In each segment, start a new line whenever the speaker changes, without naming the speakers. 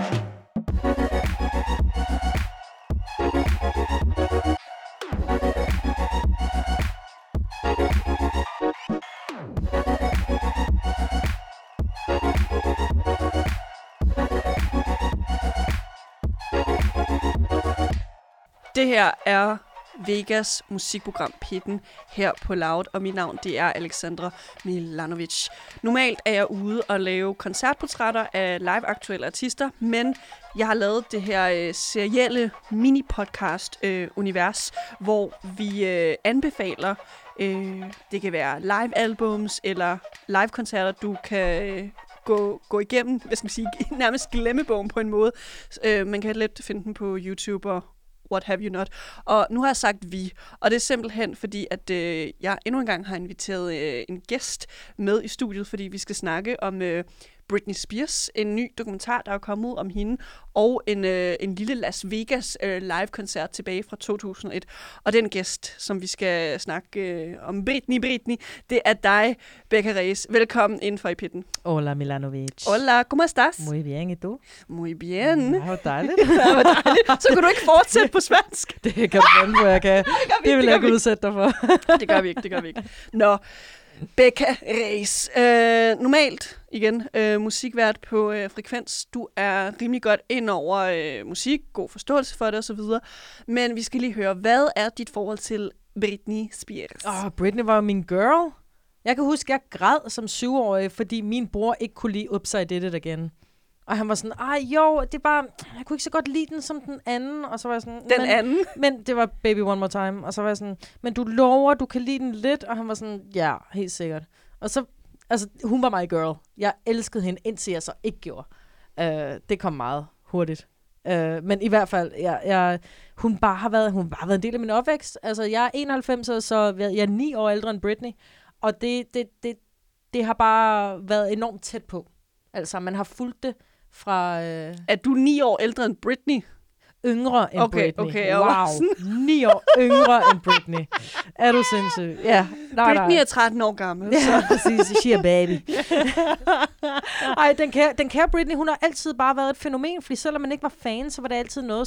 Det her er Vegas musikprogram Pitten her på Loud, og mit navn det er Alexandra Milanovic. Normalt er jeg ude og lave koncertportrætter af live-aktuelle artister, men jeg har lavet det her serielle mini-podcast-univers, hvor vi anbefaler, det kan være live-albums eller live-koncerter, du kan gå igennem, hvad skal man sige, nærmest glemmebogen på en måde. Man kan let finde den på YouTube og what have you not. Og nu har jeg sagt vi, og det er simpelthen fordi, at jeg endnu en gang har inviteret en gæst med i studiet, fordi vi skal snakke om Britney Spears, en ny dokumentar, der er kommet om hende, og en lille Las Vegas live-koncert tilbage fra 2001. Og den gæst, som vi skal snakke om Britney, det er dig, Becca Reyes. Velkommen indenfor i Pitten.
Hola, Milanovic.
Hola, ¿cómo estás?
Muy bien, ¿y tú?
Muy bien.
Ja, hvor dejligt.
Ja, hvor dejligt. Så kan du ikke fortsætte på spansk.
Det kan du vende, hvor jeg kan. Det vil jeg ikke udsætte dig for.
Det gør vi ikke. Nå, Becca Reyes. Normalt, igen, musikvært på Frekvens. Du er rimelig godt ind over musik, god forståelse for det osv. Men vi skal lige høre, hvad er dit forhold til Britney Spears?
Britney var min girl. Jeg kan huske, jeg græd som 7-årig, fordi min bror ikke kunne lide Upside Did It Again. Og han var sådan, det er bare, jeg kunne ikke så godt lide den som den anden. Og så var jeg sådan,
anden?
Men det var Baby One More Time. Og så var jeg sådan, men du lover, du kan lide den lidt. Og han var sådan, ja, helt sikkert. Og så, hun var my girl. Jeg elskede hende, indtil jeg så ikke gjorde. Det kom meget hurtigt. Men i hvert fald, hun har været en del af min opvækst. Altså, jeg er 91, så jeg er 9 år ældre end Britney. Og det har bare været enormt tæt på. Altså, man har fulgt det fra...
Er du 9 år ældre end Britney?
Yngre end Britney.
Okay,
wow, 9 år yngre end Britney. Er du sindssyg? Ja.
Britney er 13 år gammel.
Ja, præcis. She a baby. Ej, den kære Britney, hun har altid bare været et fænomen, fordi selvom man ikke var fan, så var det altid noget,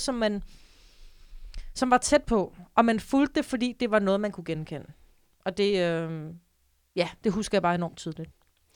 som var tæt på. Og man fulgte det, fordi det var noget, man kunne genkende. Og det husker jeg bare enormt tydeligt.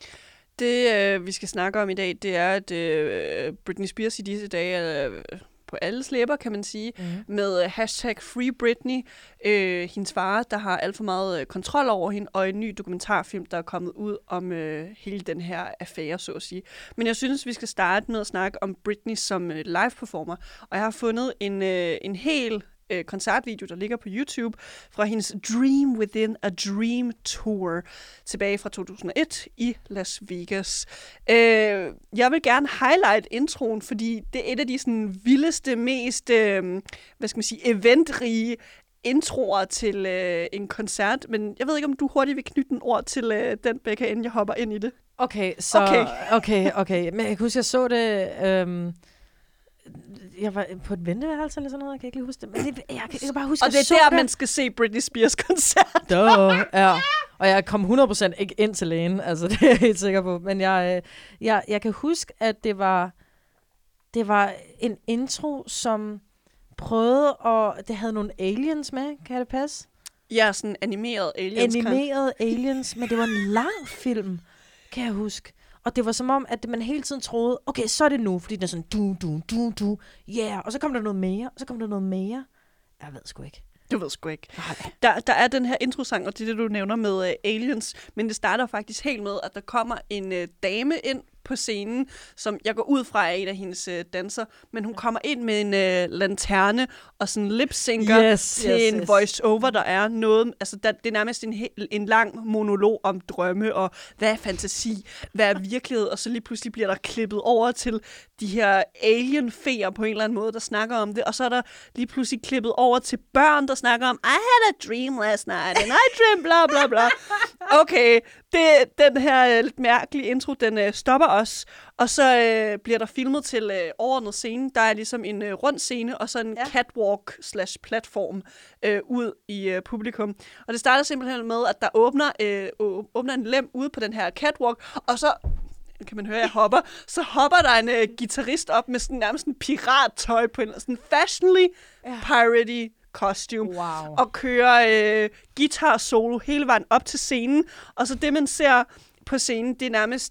Det, vi skal snakke om i dag, det er, at Britney Spears i disse dage er på alle slæber, kan man sige, med #FreeBritney. Hendes far, der har alt for meget kontrol over hende, og en ny dokumentarfilm, der er kommet ud om hele den her affære, så at sige. Men jeg synes, vi skal starte med at snakke om Britney som live-performer, og jeg har fundet en hel koncertvideo, der ligger på YouTube, fra hendes Dream Within a Dream Tour, tilbage fra 2001 i Las Vegas. Jeg vil gerne highlight introen, fordi det er et af de sådan vildeste, mest, eventrige introer til en koncert, men jeg ved ikke, om du hurtigt vil knytte en ord til den, Becca, inden jeg hopper ind i det.
Okay. Men jeg kan huske, jeg så det... Jeg var på et venteværelse eller sådan noget, jeg kan ikke lige huske det. Men jeg kan bare huske,
og det er der, man skal se Britney Spears koncert.
Ja. Og jeg kom 100% ikke ind til lægen, altså det er jeg helt sikker på. Men jeg kan huske, at det var en intro, som prøvede, og det havde nogle aliens med, kan det passe?
Ja, sådan animerede aliens.
Animerede aliens, men det var en lang film, kan jeg huske. Og det var som om, at man hele tiden troede, okay, så er det nu, fordi den er sådan, du, yeah. Og så kom der noget mere, Jeg ved sgu ikke.
Du ved sgu ikke. Der er den her introsang, og det er det, du nævner med aliens, men det starter faktisk helt med, at der kommer en dame ind på scenen, som jeg går ud fra er en af hendes danser, men hun kommer ind med en lanterne og sådan lip-synker til en voice-over, der er noget, altså det er nærmest en lang monolog om drømme, og hvad er fantasi, hvad er virkelighed, og så lige pludselig bliver der klippet over til de her alien-feer på en eller anden måde, der snakker om det, og så er der lige pludselig klippet over til børn, der snakker om, I had a dream last night, and I dreamed bla bla bla. Okay, den her lidt mærkelige intro, den stopper os, og så bliver der filmet til overordnet scene. Der er ligesom en rund scene, og så en catwalk/platform ud i publikum. Og det starter simpelthen med, at der åbner en lem ude på den her catwalk, og så kan man høre, jeg hopper, så hopper der en guitarist op med sådan nærmest en pirattøj på en sådan fashionly piratey costume, og kører guitar solo hele vejen op til scenen, og så det, man ser på scenen, det er nærmest,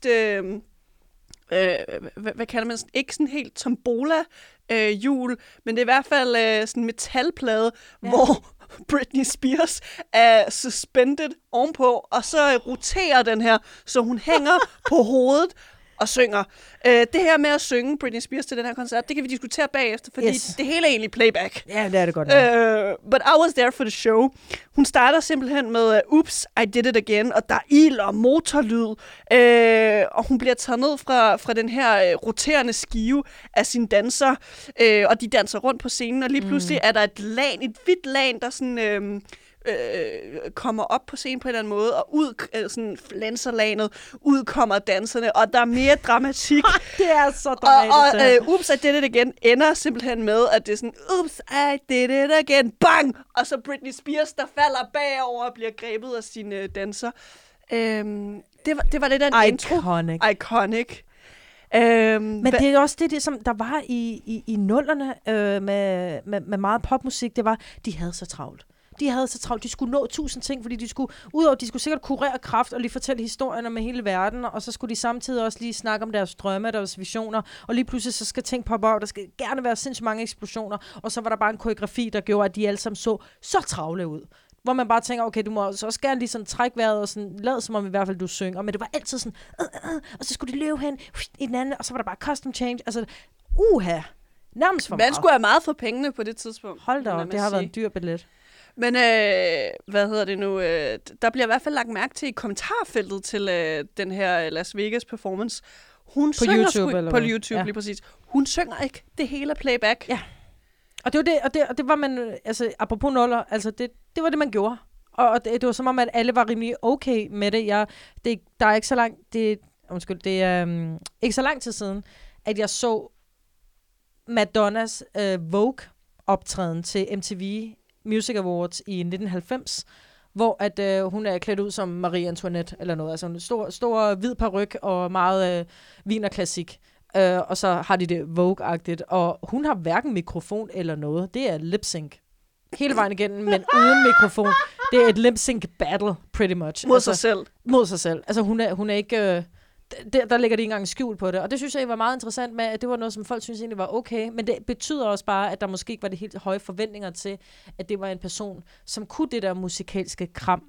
hvad kalder man, ikke sådan helt tombola hjul, men det er i hvert fald sådan en metalplade, hvor Britney Spears er suspended ovenpå, og så roterer den her, så hun hænger på hovedet og synger. Det her med at synge Britney Spears til den her koncert, det kan vi diskutere bagefter, fordi det hele er egentlig playback.
Ja, det er det godt.
But I was there for the show. Hun starter simpelthen med Oops, I did it again, og der er ild og motorlyd, og hun bliver taget ned fra den her roterende skive af sin danser, og de danser rundt på scenen, og lige pludselig er der et hvidt lag, der sådan kommer op på scenen på en eller anden måde, og ud, sådan flanserlaget, ud kommer danserne, og der er mere dramatik.
Det er så dramatisk.
Og Oops, I did it again ender simpelthen med, at det er sådan, Oops, I did it again, bang! Og så Britney Spears, der falder bagover og bliver grebet af sine danser. Det var lidt af en Iconic.
Men det er også det som der var i nullerne med meget popmusik, det var, de havde så travlt. De skulle nå 1000 ting, fordi de skulle sikkert kurere kræft og lige fortælle historierne med hele verden, og så skulle de samtidig også lige snakke om deres drømme, deres visioner, og lige pludselig så skal ting poppe op, der skal gerne være sindssygt mange eksplosioner, og så var der bare en koreografi, der gjorde, at de alle sammen så travle ud. Hvor man bare tænker, okay, du må også gerne lige sådan trække vejret og sådan lad som om i hvert fald du synger, men det var altid sådan, og så skulle de løbe hen i den anden, og så var der bare custom change, altså, nærmest for meget.
Man skulle have meget for pengene på det tidspunkt.
Hold da op, det har været en dyr billet.
Men hvad hedder det nu? Der bliver i hvert fald lagt mærke til i kommentarfeltet til den her Las Vegas performance. Hun
på
synger
YouTube,
på YouTube, lige præcis. Hun synger ikke det hele playback.
Ja. Og det var det, og det var man, altså apropos nuller, altså det var det, man gjorde. Og det var som om, at alle var rimelig okay med det. Der er ikke så langt, det er ikke så lang tid siden, at jeg så Madonnas Vogue-optræden til MTV Music Awards i 1990, hvor at hun er klædt ud som Marie Antoinette eller noget, altså en stor hvid paryk og meget wienerklassik. Og så har de det Vogue-agtigt, og hun har hverken mikrofon eller noget. Det er lip-sync. Hele vejen igennem, men uden mikrofon. Det er et lip-sync battle, pretty much.
Mod sig selv.
Mod sig selv. Altså hun er ikke... Der ligger de ikke engang skjul på det. Og det synes jeg var meget interessant med, at det var noget, som folk synes egentlig var okay. Men det betyder også bare, at der måske ikke var det helt høje forventninger til, at det var en person, som kunne det der musikalske kram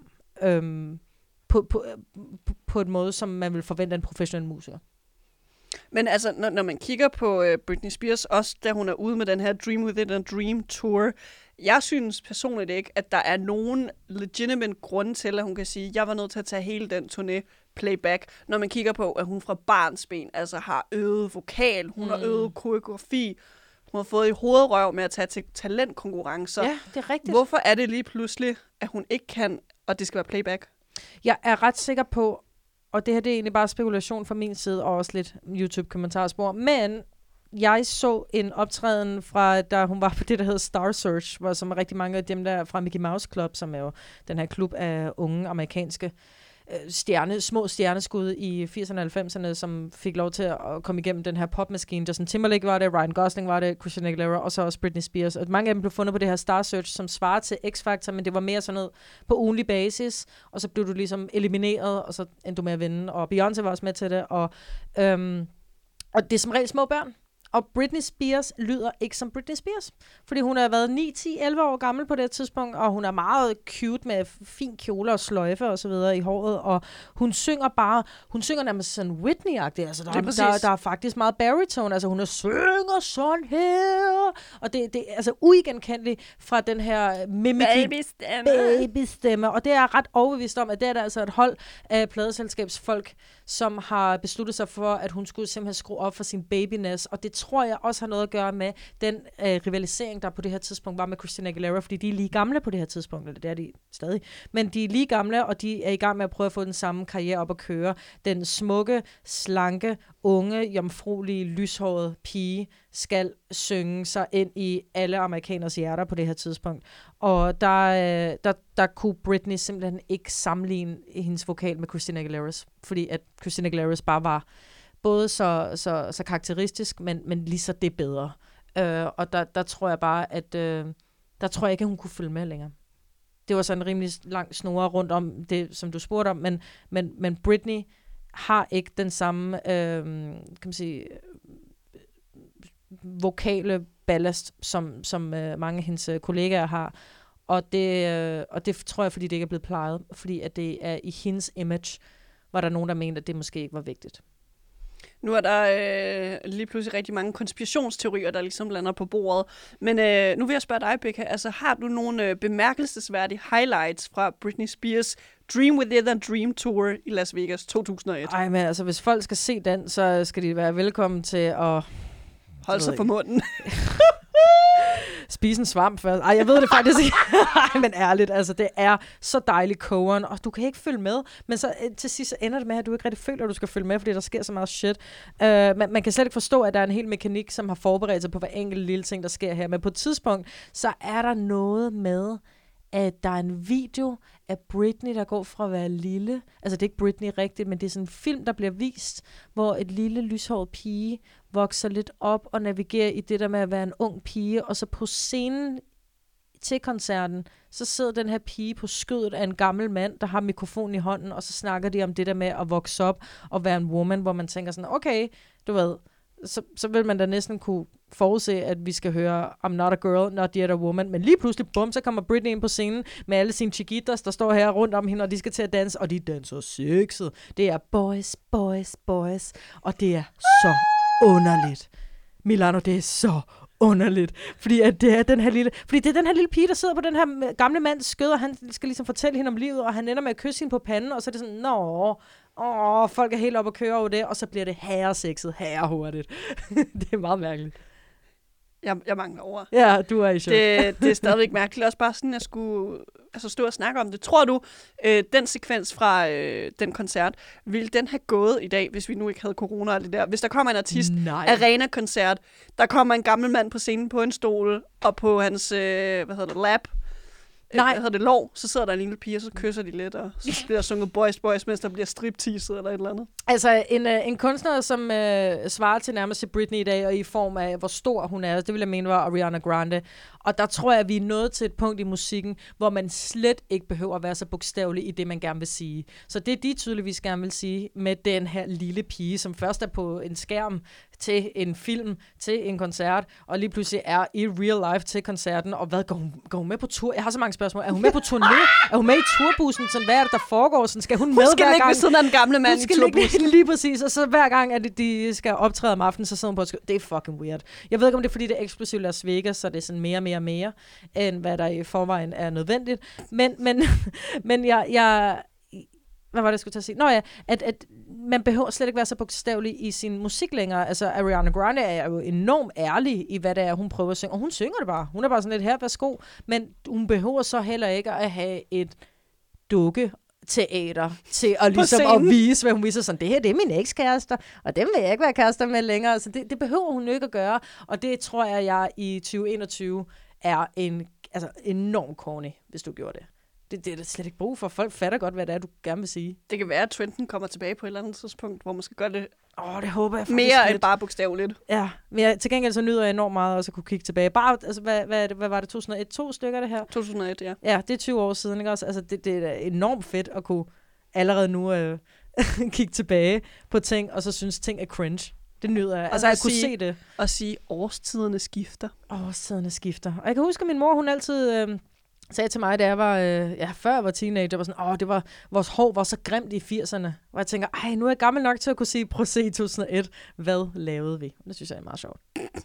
på en måde, som man vil forvente af en professionel musiker.
Men altså, når man kigger på Britney Spears, også da hun er ude med den her Dream Within a Dream tour, jeg synes personligt ikke, at der er nogen legitimate grund til, at hun kan sige, at jeg var nødt til at tage hele den turné playback, når man kigger på, at hun fra barnsben altså har øvet vokal, hun har øvet koreografi, hun har fået i hovedrøv med at tage til talentkonkurrencer.
Ja, det er rigtigt.
Hvorfor er det lige pludselig, at hun ikke kan, og det skal være playback?
Jeg er ret sikker på, og det her det er egentlig bare spekulation fra min side, og også lidt YouTube-kommentarspor, men jeg så en optræden fra, da hun var på det, der hedder Star Search, hvor som er rigtig mange af dem der fra Mickey Mouse Club, som er jo den her klub af unge amerikanske små stjerneskud i 80'erne og 90'erne, som fik lov til at komme igennem den her popmaskine. Justin Timberlake var det, Ryan Gosling var det, Christina Aguilera, og så også Britney Spears. Og mange af dem blev fundet på det her Star Search, som svarer til X-Factor, men det var mere sådan noget på ugenlig basis, og så blev du ligesom elimineret, og så endte du med at vinde. Og Beyoncé var også med til det, og det er som regel små børn. Og Britney Spears lyder ikke som Britney Spears, fordi hun har været 9, 10, 11 år gammel på det tidspunkt, og hun er meget cute med fin kjole og sløjfe og så videre i håret, og hun synger nærmest sådan Whitney-agtigt, altså der er faktisk meget baritone, altså hun synger sådan her, og det er altså uigenkendeligt fra den her babystemme, og det er ret overbevist om, at det er der altså et hold af pladeselskabsfolk, som har besluttet sig for, at hun skulle simpelthen skrue op for sin babyness, og det tror jeg også har noget at gøre med den rivalisering, der på det her tidspunkt var med Christina Aguilera, fordi de er lige gamle på det her tidspunkt, eller det er de stadig, men de er lige gamle, og de er i gang med at prøve at få den samme karriere op at køre. Den smukke, slanke, unge, jomfruelige, lyshårede pige skal synge sig ind i alle amerikaners hjerter på det her tidspunkt. Og der kunne Britney simpelthen ikke sammenligne hendes vokal med Christina Aguilera's, fordi at Christina Aguilera's bare både så karakteristisk, men lige så det bedre. Og der tror jeg bare, at der tror jeg ikke, at hun kunne følge med længere. Det var sådan en rimelig lang snore rundt om det, som du spurgte om, men Britney har ikke den samme, kan man sige, vokale ballast, som mange af hendes kollegaer har. Og det tror jeg, fordi det ikke er blevet plejet, fordi at det er i hendes image, var der nogen, der mente, at det måske ikke var vigtigt.
Nu er der lige pludselig rigtig mange konspirationsteorier, der ligesom lander på bordet. Men nu vil jeg spørge dig, Becca, altså har du nogle bemærkelsesværdige highlights fra Britney Spears Dream Within a Dream Tour i Las Vegas 2001?
Ej, men altså, hvis folk skal se den, så skal de være velkommen til at
holde sig for munden.
Spise en svamp først. Ej, jeg ved det faktisk ikke. Ej, men ærligt, altså, det er så dejligt kogeren, og du kan ikke følge med. Men så til sidst så ender det med, at du ikke rigtig føler, at du skal følge med, fordi der sker så meget shit. Man kan slet ikke forstå, at der er en hel mekanik, som har forberedt sig på hver enkelt lille ting, der sker her. Men på et tidspunkt, så er der noget med, at der er en video af Britney, der går fra at være lille. Altså, det er ikke Britney rigtigt, men det er sådan en film, der bliver vist, hvor et lille lyshåret pige vokser lidt op og navigerer i det der med at være en ung pige. Og så på scenen til koncerten, så sidder den her pige på skødet af en gammel mand, der har mikrofonen i hånden, og så snakker de om det der med at vokse op og være en woman, hvor man tænker sådan, okay, du ved, så vil man da næsten kunne forudse, at vi skal høre I'm not a girl, not yet a woman. Men lige pludselig, bum, så kommer Britney ind på scenen med alle sine chiquitas, der står her rundt om hende, og de skal til at danse, og de danser sexet. Det er boys, boys, boys. Og det er så underligt. Milano, det er så underligt. Fordi at det er den her lille pige, der sidder på den her gamle mands skød, og han skal ligesom fortælle hende om livet, og han ender med at kysse hende på panden, og så er det sådan, folk er helt op og kører over det, og så bliver det herresexet, herrehurtigt. Det er meget mærkeligt.
Jeg mangler ord.
Ja, du er i chok.
Det er stadigvæk mærkeligt. Også bare sådan, at jeg skulle stå og snakke om det. Tror du, den sekvens fra den koncert, ville den have gået i dag, hvis vi nu ikke havde corona og det der? Hvis der kommer en artist, arena-koncert, der kommer en gammel mand på scenen på en stol, og på hans, lap, lov, så sidder der en lille pige, og så kysser de lidt, og så bliver der sunget boys, boys, mens der bliver stripteaset eller et eller andet.
Altså, en kunstner, som svarer til nærmest til Britney i dag, og i form af, hvor stor hun er, det vil jeg mene var Ariana Grande. Og der tror jeg, at vi er nået til et punkt i musikken, hvor man slet ikke behøver at være så bogstavelig i det, man gerne vil sige. Så det er de tydeligvis gerne vil sige med den her lille pige, som først er på en skærm til en film, til en koncert, og lige pludselig er i real life til koncerten. Og hvad går hun med på tur? Jeg har så mange spørgsmål. Er hun med på turné? Er hun med i turbussen? Sådan, hvad er det, der foregår? Sådan, skal hun med hver gang? Hun skal ligge ved
siden af den gamle mand i turbussen.
Lige præcis. Og så hver gang, at de skal optræde om aftenen, så sidder hun på et skød. Det er fucking weird. Jeg ved ikke, om det er, fordi det er eksplosivt Las Vegas, så det er sådan mere, end hvad der i forvejen er nødvendigt. Men jeg hvad var det, jeg skulle til at sige? Nå ja, at man behøver slet ikke være så bogstavelig i sin musik længere. Altså, Ariana Grande er jo enormt ærlig i, hvad det er, hun prøver at synge. Og hun synger det bare. Hun er bare sådan lidt her, værsgo. Men hun behøver så heller ikke at have et dukketeater til at, ligesom at vise, hvad hun viser. Sådan, det her, det er mine ekskærester, og dem vil jeg ikke være kærester med længere. Så det behøver hun ikke at gøre. Og det tror jeg i 2021 er enormt corny, hvis du gjorde det. Det er der slet ikke brug for. Folk fatter godt, hvad det er, du gerne vil sige.
Det kan være, at trenden kommer tilbage på et eller andet tidspunkt, hvor man skal gøre det,
det håber jeg
mere end bare bogstaveligt.
Ja, men til gengæld så nyder jeg enormt meget også at kunne kigge tilbage. Bare, altså, hvad var det? 2001? 2 stykker det her?
2001, ja.
Ja, det er 20 år siden, ikke også? Altså, det er enormt fedt at kunne allerede nu kigge tilbage på ting, og så synes ting er cringe. Det nyder jeg. Altså, at kunne se det.
Og sige, årstiderne skifter.
Årstiderne skifter. Og jeg kan huske, at min mor, hun altid sagde til mig, da jeg var, før jeg var teenager, var sådan, vores hår var så grimt i 80'erne. Og jeg tænker, nu er jeg gammel nok til at kunne sige, prøv at se i 2001, hvad lavede vi? Det synes jeg er meget sjovt.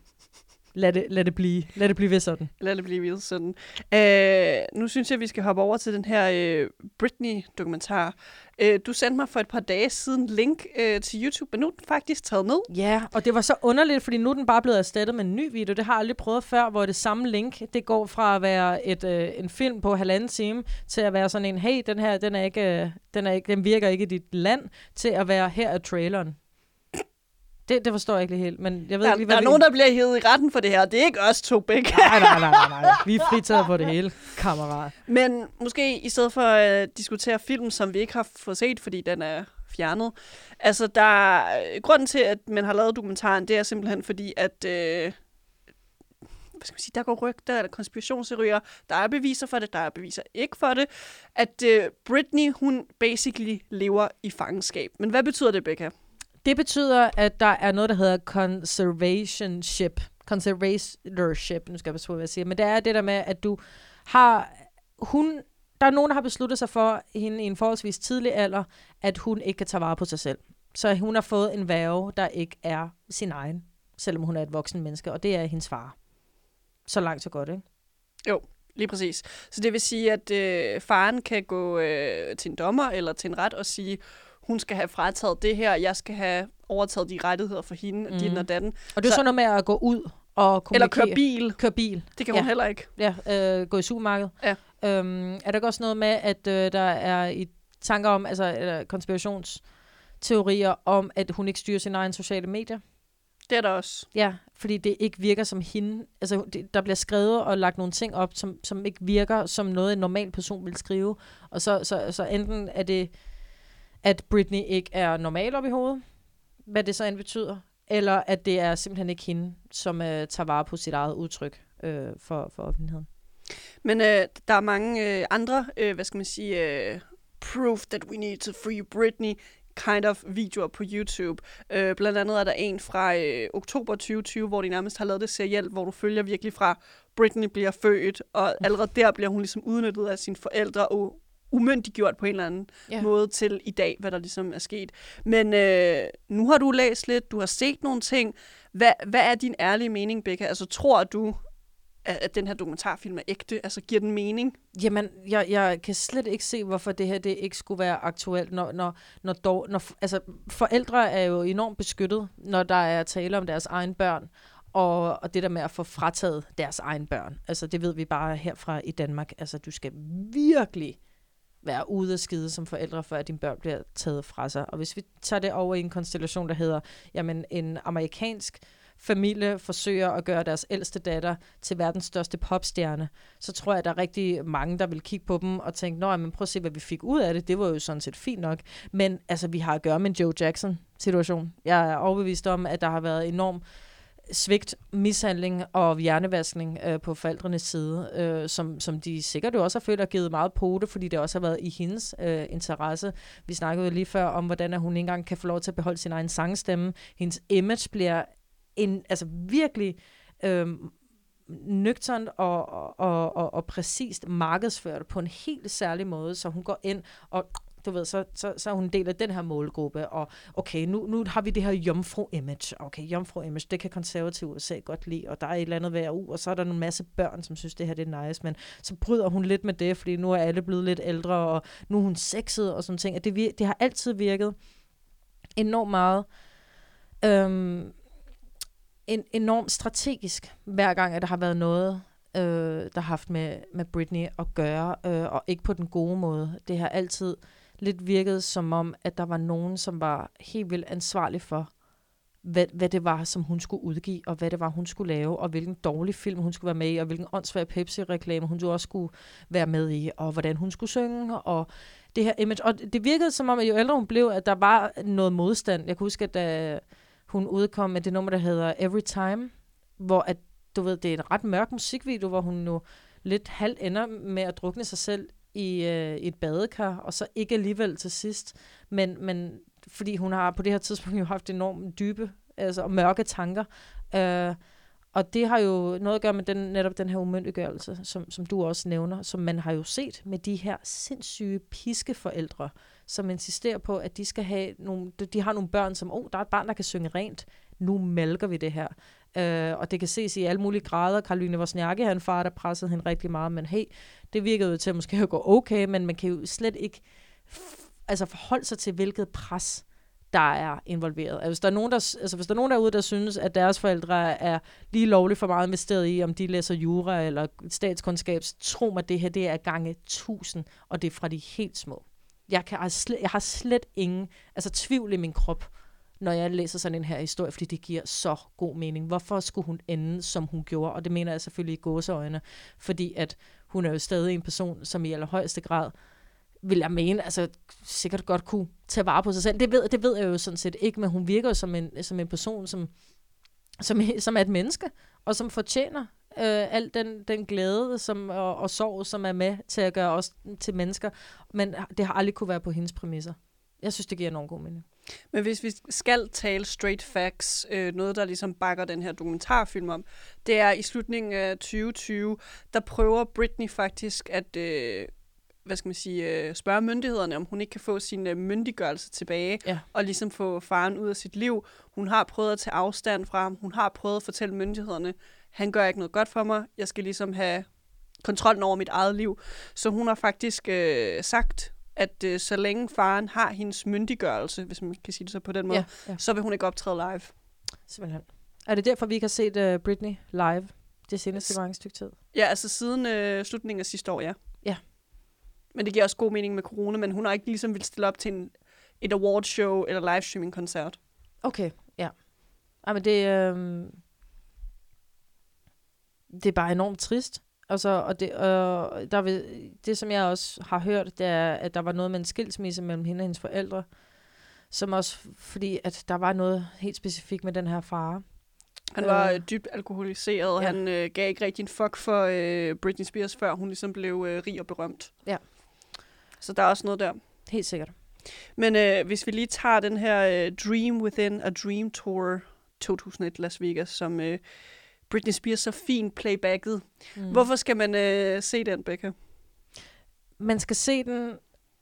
Lad det blive ved sådan. Lad det blive ved sådan.
Nu synes jeg, vi skal hoppe over til den her Britney-dokumentar. Du sendte mig for et par dage siden link til YouTube, men nu er den faktisk taget ned.
Ja, og det var så underligt, fordi nu er den bare blevet erstattet med en ny video. Det har jeg aldrig prøvet før, hvor det samme link, det går fra at være en film på 1,5 time, til at være sådan en, hey, den her, den virker ikke i dit land, til at være, her er traileren. Det forstår jeg ikke helt, men jeg ved ikke lige, hvad
der er nogen, der bliver hævet i retten for det her. Det er ikke os to, Bæk.
Nej. Vi er fritaget på det hele, kammerat.
Men måske i stedet for at diskutere film, som vi ikke har fået set, fordi den er fjernet. Altså, grunden til, at man har lavet dokumentaren, det er simpelthen fordi, at hvad skal man sige, der går rygter, eller konspirationsteorier, der er beviser for det, der er beviser ikke for det, at Britney, hun basically lever i fangenskab. Men hvad betyder det, Becca?
Det betyder, at der er noget, der hedder conservatorship, nu skal jeg passe på, hvad jeg siger, men det er det der med, at du har, der er nogen, der har besluttet sig for hende i en forholdsvis tidlig alder, at hun ikke kan tage vare på sig selv. Så hun har fået en værge, der ikke er sin egen, selvom hun er et voksen menneske, og det er hendes far. Så langt, så godt, ikke?
Jo, lige præcis. Så det vil sige, at faren kan gå til en dommer eller til en ret og sige, hun skal have frataget det her, jeg skal have overtaget de rettigheder for hende, din og datten.
Og det er sådan noget med at gå ud og kommunikere.
Eller køre bil. Det kan hun heller ikke.
Ja, gå i supermarkedet. Ja. Er der også noget med, at der er i tanker om, altså konspirationsteorier om, at hun ikke styrer sine egne sociale medier?
Det er der også.
Ja, fordi det ikke virker som hende. Altså, der bliver skrevet og lagt nogle ting op, som ikke virker som noget, en normal person vil skrive. Og så enten er det, at Britney ikke er normal op i hovedet, hvad det så end betyder, eller at det er simpelthen ikke hende, som tager vare på sit eget udtryk for offentligheden.
Men der er mange andre, hvad skal man sige, proof that we need to free Britney kind of videoer på YouTube. Blandt andet er der en fra oktober 2020, hvor de nærmest har lavet det serielt, hvor du følger virkelig fra Britney bliver født, og allerede der bliver hun ligesom udnyttet af sine forældre og umyndiggjort på en eller anden måde til i dag, hvad der ligesom er sket. Men nu har du læst lidt, du har set nogle ting. Hvad er din ærlige mening, Becca? Altså, tror du, at den her dokumentarfilm er ægte? Altså, giver den mening?
Jamen, jeg kan slet ikke se, hvorfor det her det ikke skulle være aktuelt, når altså, forældre er jo enormt beskyttet, når der er tale om deres egen børn, og det der med at få frataget deres egen børn. Altså, det ved vi bare herfra i Danmark. Altså, du skal virkelig være ude at skide som forældre, før at dine børn bliver taget fra sig. Og hvis vi tager det over i en konstellation, der hedder, jamen, en amerikansk familie forsøger at gøre deres ældste datter til verdens største popstjerne, så tror jeg, at der er rigtig mange, der vil kigge på dem og tænke, men prøv at se, hvad vi fik ud af det. Det var jo sådan set fint nok. Men altså, vi har at gøre med en Joe Jackson-situation. Jeg er overbevist om, at der har været enorm svigt, mishandling og hjernevaskning på forældrenes side, som de sikkert jo også har følt og givet meget på det, fordi det også har været i hendes interesse. Vi snakkede jo lige før om, hvordan hun ikke engang kan få lov til at beholde sin egen sangstemme. Hendes image bliver virkelig nøgternt og præcist markedsført på en helt særlig måde, så hun går ind og du ved, så er hun en del af den her målgruppe, og okay, nu har vi det her jomfru-image. Okay, jomfru-image, det kan konservative USA godt lide, og der er et eller andet værd og så er der en masse børn, som synes, det her det er nice, men så bryder hun lidt med det, fordi nu er alle blevet lidt ældre, og nu er hun sexet og sådan ting. At det har altid virket enormt meget enormt strategisk, hver gang, at der har været noget, der har haft med Britney at gøre, og ikke på den gode måde. Det har altid lidt virket som om, at der var nogen, som var helt vildt ansvarlig for, hvad det var, som hun skulle udgive, og hvad det var, hun skulle lave, og hvilken dårlig film hun skulle være med i, og hvilken åndssvær Pepsi-reklame hun også skulle være med i, og hvordan hun skulle synge, og det her image. Og det virkede som om, at jo ældre hun blev, at der var noget modstand. Jeg kan huske, at da hun udkom med det nummer, der hedder Every Time, hvor at, du ved, det er en ret mørk musikvideo, hvor hun nu lidt halvt ender med at drukne sig selv i et badekar, og så ikke alligevel til sidst. Men fordi hun har på det her tidspunkt jo haft enormt dybe og mørke tanker. Og det har jo noget at gøre med netop den her umyndiggørelse, som du også nævner, som man har jo set med de her sindssyge piskeforældre, som insisterer på, at de skal have de har nogle børn, som, der er et barn, der kan synge rent. Nu mælker vi det her. Og det kan ses i alle mulige grader. Caroline Wozniacki har en far, der pressede hende rigtig meget, men hey, det virkede jo til at måske gå okay, men man kan jo slet ikke forholde sig til, hvilket pres der er involveret. Altså, hvis der er nogen derude, der synes, at deres forældre er lige lovligt for meget investeret i, om de læser jura eller statskundskab, så tro mig, det her det er gange 1000, og det er fra de helt små. Jeg har slet ingen tvivl i min krop, når jeg læser sådan en her historie, fordi det giver så god mening. Hvorfor skulle hun ende, som hun gjorde? Og det mener jeg selvfølgelig i gåseøjne, fordi at hun er jo stadig en person, som i allerhøjeste grad vil jeg mene, altså sikkert godt kunne tage vare på sig selv. Det ved jeg jo sådan set ikke, men hun virker jo som en person, som er et menneske, og som fortjener al den glæde og sorg, som er med til at gøre os til mennesker. Men det har aldrig kunne være på hendes præmisser. Jeg synes, det giver enormt god mening.
Men hvis vi skal tale straight facts, noget der ligesom bakker den her dokumentarfilm om, det er i slutningen af 2020, der prøver Britney faktisk at spørge myndighederne, om hun ikke kan få sin myndiggørelse tilbage, og ligesom få faren ud af sit liv. Hun har prøvet at tage afstand fra ham. Hun har prøvet at fortælle myndighederne, han gør ikke noget godt for mig. Jeg skal ligesom have kontrollen over mit eget liv. Så hun har faktisk sagt, at så længe faren har hendes myndiggørelse, hvis man kan sige det så på den måde, så vil hun ikke optræde live.
Simpelthen. Er det derfor, vi ikke har set Britney live det seneste mange stykke tid?
Ja, altså siden slutningen af sidste år, ja.
Ja.
Men det giver også god mening med corona, men hun har ikke ligesom vil stille op til et awardshow eller livestreaming-koncert.
Okay, ja. Men det er bare enormt trist. Og det, som jeg også har hørt, det er, at der var noget med en skilsmisse mellem hende og hendes forældre, som også, fordi at der var noget helt specifikt med den her far.
Han var dybt alkoholiseret, og han gav ikke rigtig en fuck for Britney Spears, før hun ligesom blev rig og berømt.
Ja.
Så der er også noget der.
Helt sikkert.
Men hvis vi lige tager den her Dream Within a Dream Tour 2001 Las Vegas, som Britney Spears så fint playbacket. Hvorfor skal man se den, Becca?
Man skal se den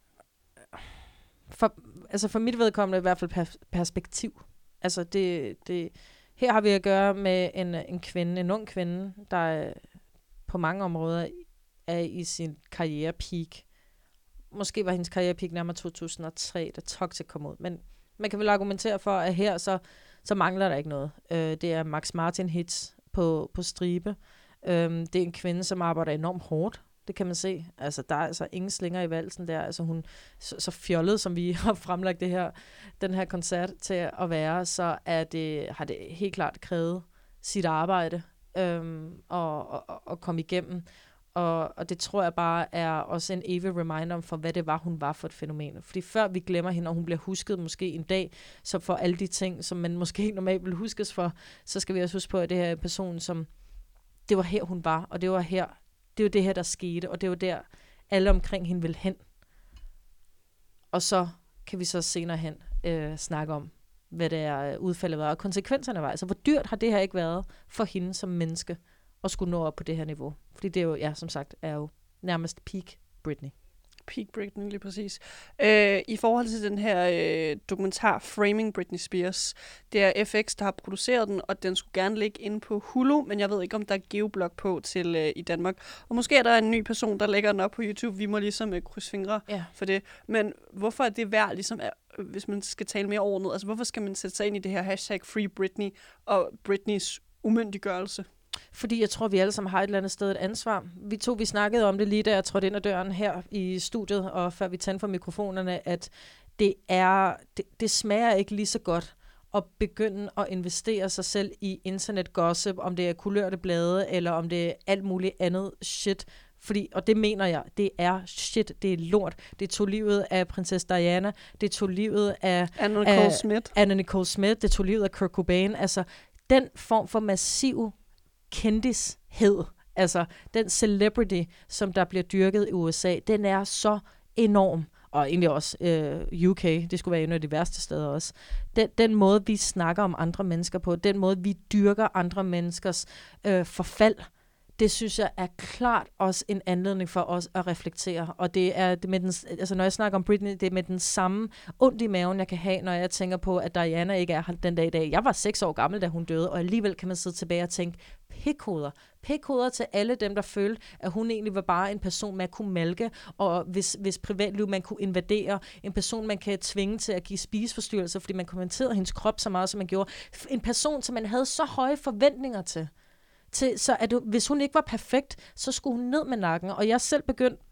for mit vedkommende i hvert fald perspektiv. Altså her har vi at gøre med en ung kvinde, der på mange områder er i sin karrierepeak. Måske var hendes karrierepeak nærmere 2003, da Toxic kom ud. Men man kan vel argumentere for, at her så mangler der ikke noget. Det er Max Martin hits på stribe. Det er en kvinde, som arbejder enormt hårdt. Det kan man se. Altså, der er altså ingen slinger i valsen der. Altså, hun så fjollet, som vi har fremlagt den her koncert til at være, så har det helt klart krævet sit arbejde og komme igennem. Og det tror jeg bare er også en evig reminder for, hvad det var, hun var for et fænomen. Fordi før vi glemmer hende, og hun bliver husket måske en dag, så for alle de ting, som man måske normalt vil huskes for, så skal vi også huske på, at det her er en person, som det var her, hun var, og det var det her, der skete, og det var der, alle omkring hende ville hen. Og så kan vi så senere hen snakke om, hvad det er udfaldet var, og konsekvenserne var. Altså, hvor dyrt har det her ikke været for hende som menneske, at skulle nå op på det her niveau. Fordi det er jo, som sagt, er jo nærmest peak Britney.
Peak Britney, lige præcis. I forhold til den her dokumentar Framing Britney Spears, det er FX, der har produceret den, og den skulle gerne ligge inde på Hulu, men jeg ved ikke, om der er geoblog på til i Danmark. Og måske er der en ny person, der lægger den op på YouTube. Vi må ligesom krydse fingre for det. Men hvorfor er det værd, ligesom, hvis man skal tale mere ordentligt, altså hvorfor skal man sætte sig ind i det her hashtag Free Britney og Britneys umyndiggørelse?
Fordi jeg tror, vi alle sammen har et eller andet sted et ansvar. Vi snakkede om det lige da jeg trådte ind ad døren her i studiet, og før vi tændte for mikrofonerne, at det smager ikke lige så godt at begynde at investere sig selv i internet-gossip, om det er kulørte blade, eller om det er alt muligt andet shit. Og det mener jeg, det er shit, det er lort. Det tog livet af prinsesse Diana, det tog livet af Anna Nicole Smith, det tog livet af Kurt Cobain. Altså, den form for massiv kendished, altså den celebrity, som der bliver dyrket i USA, den er så enorm, og egentlig også UK, det skulle være en af de værste steder også. Den måde, vi snakker om andre mennesker på, den måde, vi dyrker andre menneskers forfald, det synes jeg er klart også en anledning for os at reflektere. Og det er med den, altså når jeg snakker om Britney, det er med den samme ondt i maven, jeg kan have, når jeg tænker på, at Diana ikke er her den dag i dag. Jeg var 6 år gammel, da hun døde, og alligevel kan man sidde tilbage og tænke, pikhoveder. Pikhoveder til alle dem, der følte, at hun egentlig var bare en person, man kunne malke, og hvis privatliv man kunne invadere, en person, man kan tvinge til at give spiseforstyrrelser, fordi man kommenterede hendes krop så meget, som man gjorde. En person, som man havde så høje forventninger til. Så hvis hun ikke var perfekt, så skulle hun ned med nakken. Og jeg selv begyndt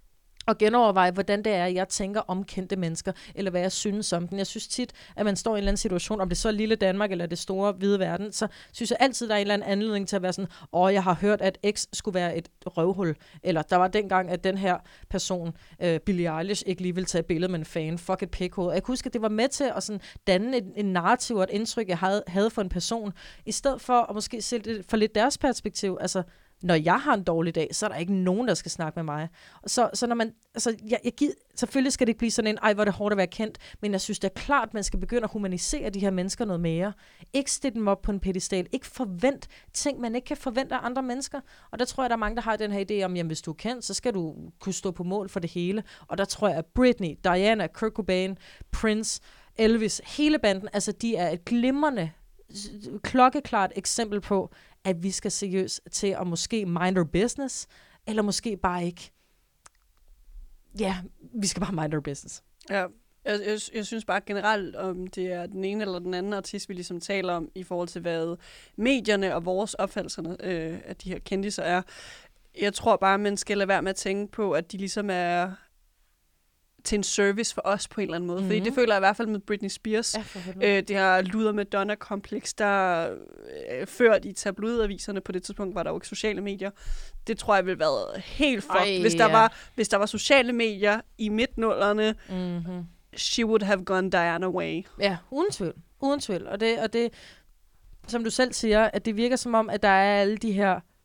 og genoverveje, hvordan det er, jeg tænker om kendte mennesker, eller hvad jeg synes om dem. Jeg synes tit, at man står i en eller anden situation, om det så er lille Danmark, eller det store hvide verden, så synes jeg altid, der er en eller anden anledning til at være sådan, jeg har hørt, at X skulle være et røvhul, eller der var dengang, at den her person, Billie Eilish, ikke lige ville tage et billede med en fan, fuck et pikhoved. Jeg kan huske, at det var med til at sådan danne en narrativ og et indtryk, jeg havde for en person, i stedet for at måske se det fra lidt deres perspektiv, altså, når jeg har en dårlig dag, så er der ikke nogen, der skal snakke med mig. Så når man, altså, selvfølgelig skal det ikke blive sådan en, hvor det er hårdt at være kendt, men jeg synes, det er klart, at man skal begynde at humanisere de her mennesker noget mere. Ikke stille dem op på en pedestal. Ikke forvent ting, man ikke kan forvente af andre mennesker. Og der tror jeg, der er mange, der har den her idé om, jamen hvis du er kendt, så skal du kunne stå på mål for det hele. Og der tror jeg, at Britney, Diana, Kurt Cobain, Prince, Elvis, hele banden, altså de er et glimrende, klokkeklart eksempel på, at vi skal seriøst til at måske mind our business, eller måske bare ikke. Ja, vi skal bare mind our business.
Ja, jeg synes bare generelt, om det er den ene eller den anden artist, vi ligesom taler om, i forhold til hvad medierne og vores opfattelserne af de her kendiser er. Jeg tror bare, man skal lade være med at tænke på, at de ligesom er til en service for os på en eller anden måde. Fordi det føler jeg i hvert fald med Britney Spears. Ja, det her luder Madonna-kompleks, der ført i tabloidaviserne på det tidspunkt, var der jo ikke sociale medier. Det tror jeg ville være helt fucked. Hvis der var sociale medier i midt-nullerne, she would have gone Diana way.
Ja, uden tvivl. Uden tvivl. Og det, som du selv siger, at det virker som om, at der er alle de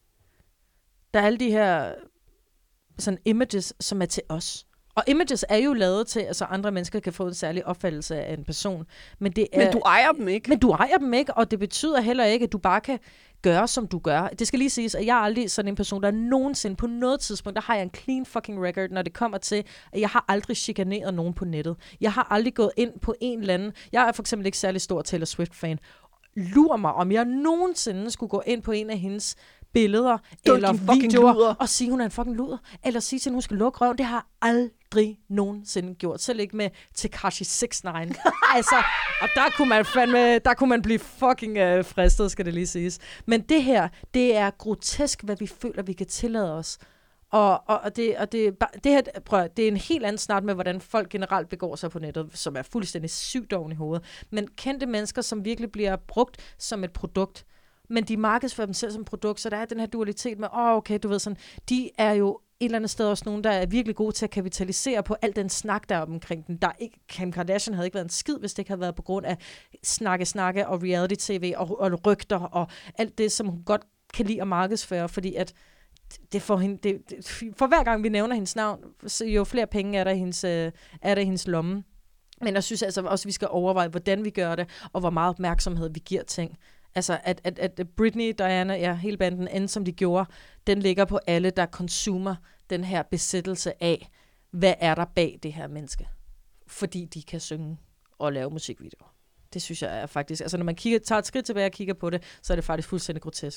her sådan images, som er til os. Og images er jo lavet til, at så andre mennesker kan få en særlig opfattelse af en person. Men
du ejer dem ikke.
Men du ejer dem ikke, og det betyder heller ikke, at du bare kan gøre, som du gør. Det skal lige siges, at jeg er aldrig sådan en person, der nogensinde på noget tidspunkt, der har jeg en clean fucking record, når det kommer til, at jeg har aldrig chikaneret nogen på nettet. Jeg har aldrig gået ind på en eller anden. Jeg er for eksempel ikke særlig stor Taylor Swift-fan. Lur mig, om jeg nogensinde skulle gå ind på en af hendes billeder eller videoer og sige, hun er en fucking luder, eller sige til, hun skal lukke røven. Det har jeg aldrig nogensinde gjort. Selv ikke med Tekashi 6ix9. Altså, og der kunne man blive fucking fristet, skal det lige siges. Men det her, det er grotesk, hvad vi føler, vi kan tillade os. Og det her, det er en helt anden snak med, hvordan folk generelt begår sig på nettet, som er fuldstændig sygt oven i hovedet. Men kendte mennesker, som virkelig bliver brugt som et produkt, men de markedsfører dem selv som produkt, så der er den her dualitet med, okay, du ved sådan, de er jo et eller andet sted også nogen, der er virkelig gode til at kapitalisere på al den snak, der er omkring den. Kim Kardashian havde ikke været en skid, hvis det ikke havde været på grund af snakke og reality-tv og rygter og alt det, som hun godt kan lide at markedsføre, fordi at det får hende, for hver gang vi nævner hendes navn, jo flere penge er der i hendes lomme. Men jeg synes altså også, at vi skal overveje, hvordan vi gør det, og hvor meget opmærksomhed vi giver ting. Altså, at Britney, Diana, ja, hele banden, end som de gjorde, den ligger på alle, der konsumer den her besættelse af, hvad er der bag det her menneske? Fordi de kan synge og lave musikvideoer. Det synes jeg er faktisk, altså når man tager et skridt tilbage og kigger på det, så er det faktisk fuldstændig grotesk.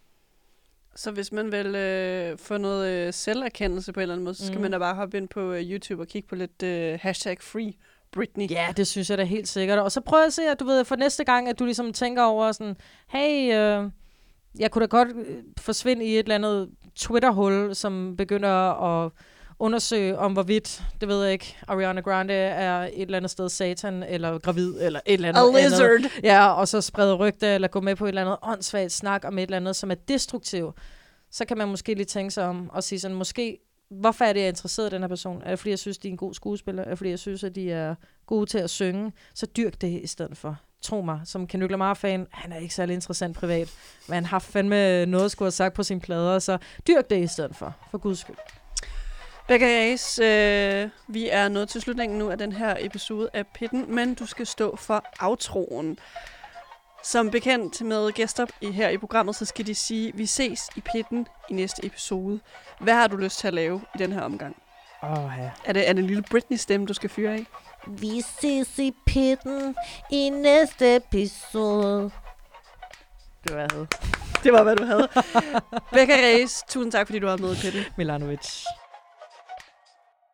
Så hvis man vil få noget selverkendelse på en eller anden måde, så skal man da bare hoppe ind på YouTube og kigge på lidt #free Britney.
Ja, det synes jeg da helt sikkert. Og så prøv at se, at du ved, for næste gang, at du ligesom tænker over sådan, hey, jeg kunne da godt forsvinde i et eller andet Twitter-hul, som begynder at undersøge om hvorvidt, det ved jeg ikke, Ariana Grande er et eller andet sted satan, eller gravid, eller et eller andet.
A lizard.
Andet. Ja, og så sprede rygte, eller gå med på et eller andet åndssvagt snak om et eller andet, som er destruktiv. Så kan man måske lige tænke sig om og sige sådan, måske, hvorfor er det, jeg er interesseret i den her person? Er det, fordi jeg synes, de er en god skuespiller? Er det, fordi jeg synes, at de er gode til at synge? Så dyrk det i stedet for. Tro mig, som Kendrick Lamar-fan, han er ikke særlig interessant privat, men han har fandme noget at skulle have sagt på sine plader, så dyrk det i stedet for guds skyld.
Becca Hayes, vi er nået til slutningen nu af den her episode af Pitten, men du skal stå for outroen. Som bekendt med gæster her i programmet, så skal de sige, vi ses i Pitten i næste episode. Hvad har du lyst til at lave i den her omgang?
Ja.
Er det en lille Britney-stemme, du skal fyre af?
Vi ses i Pitten i næste episode. Det var, hvad jeg havde.
Det var, hvad du havde. Becca Hayes, tusind tak, fordi du var med i Pitten.
Milanovic.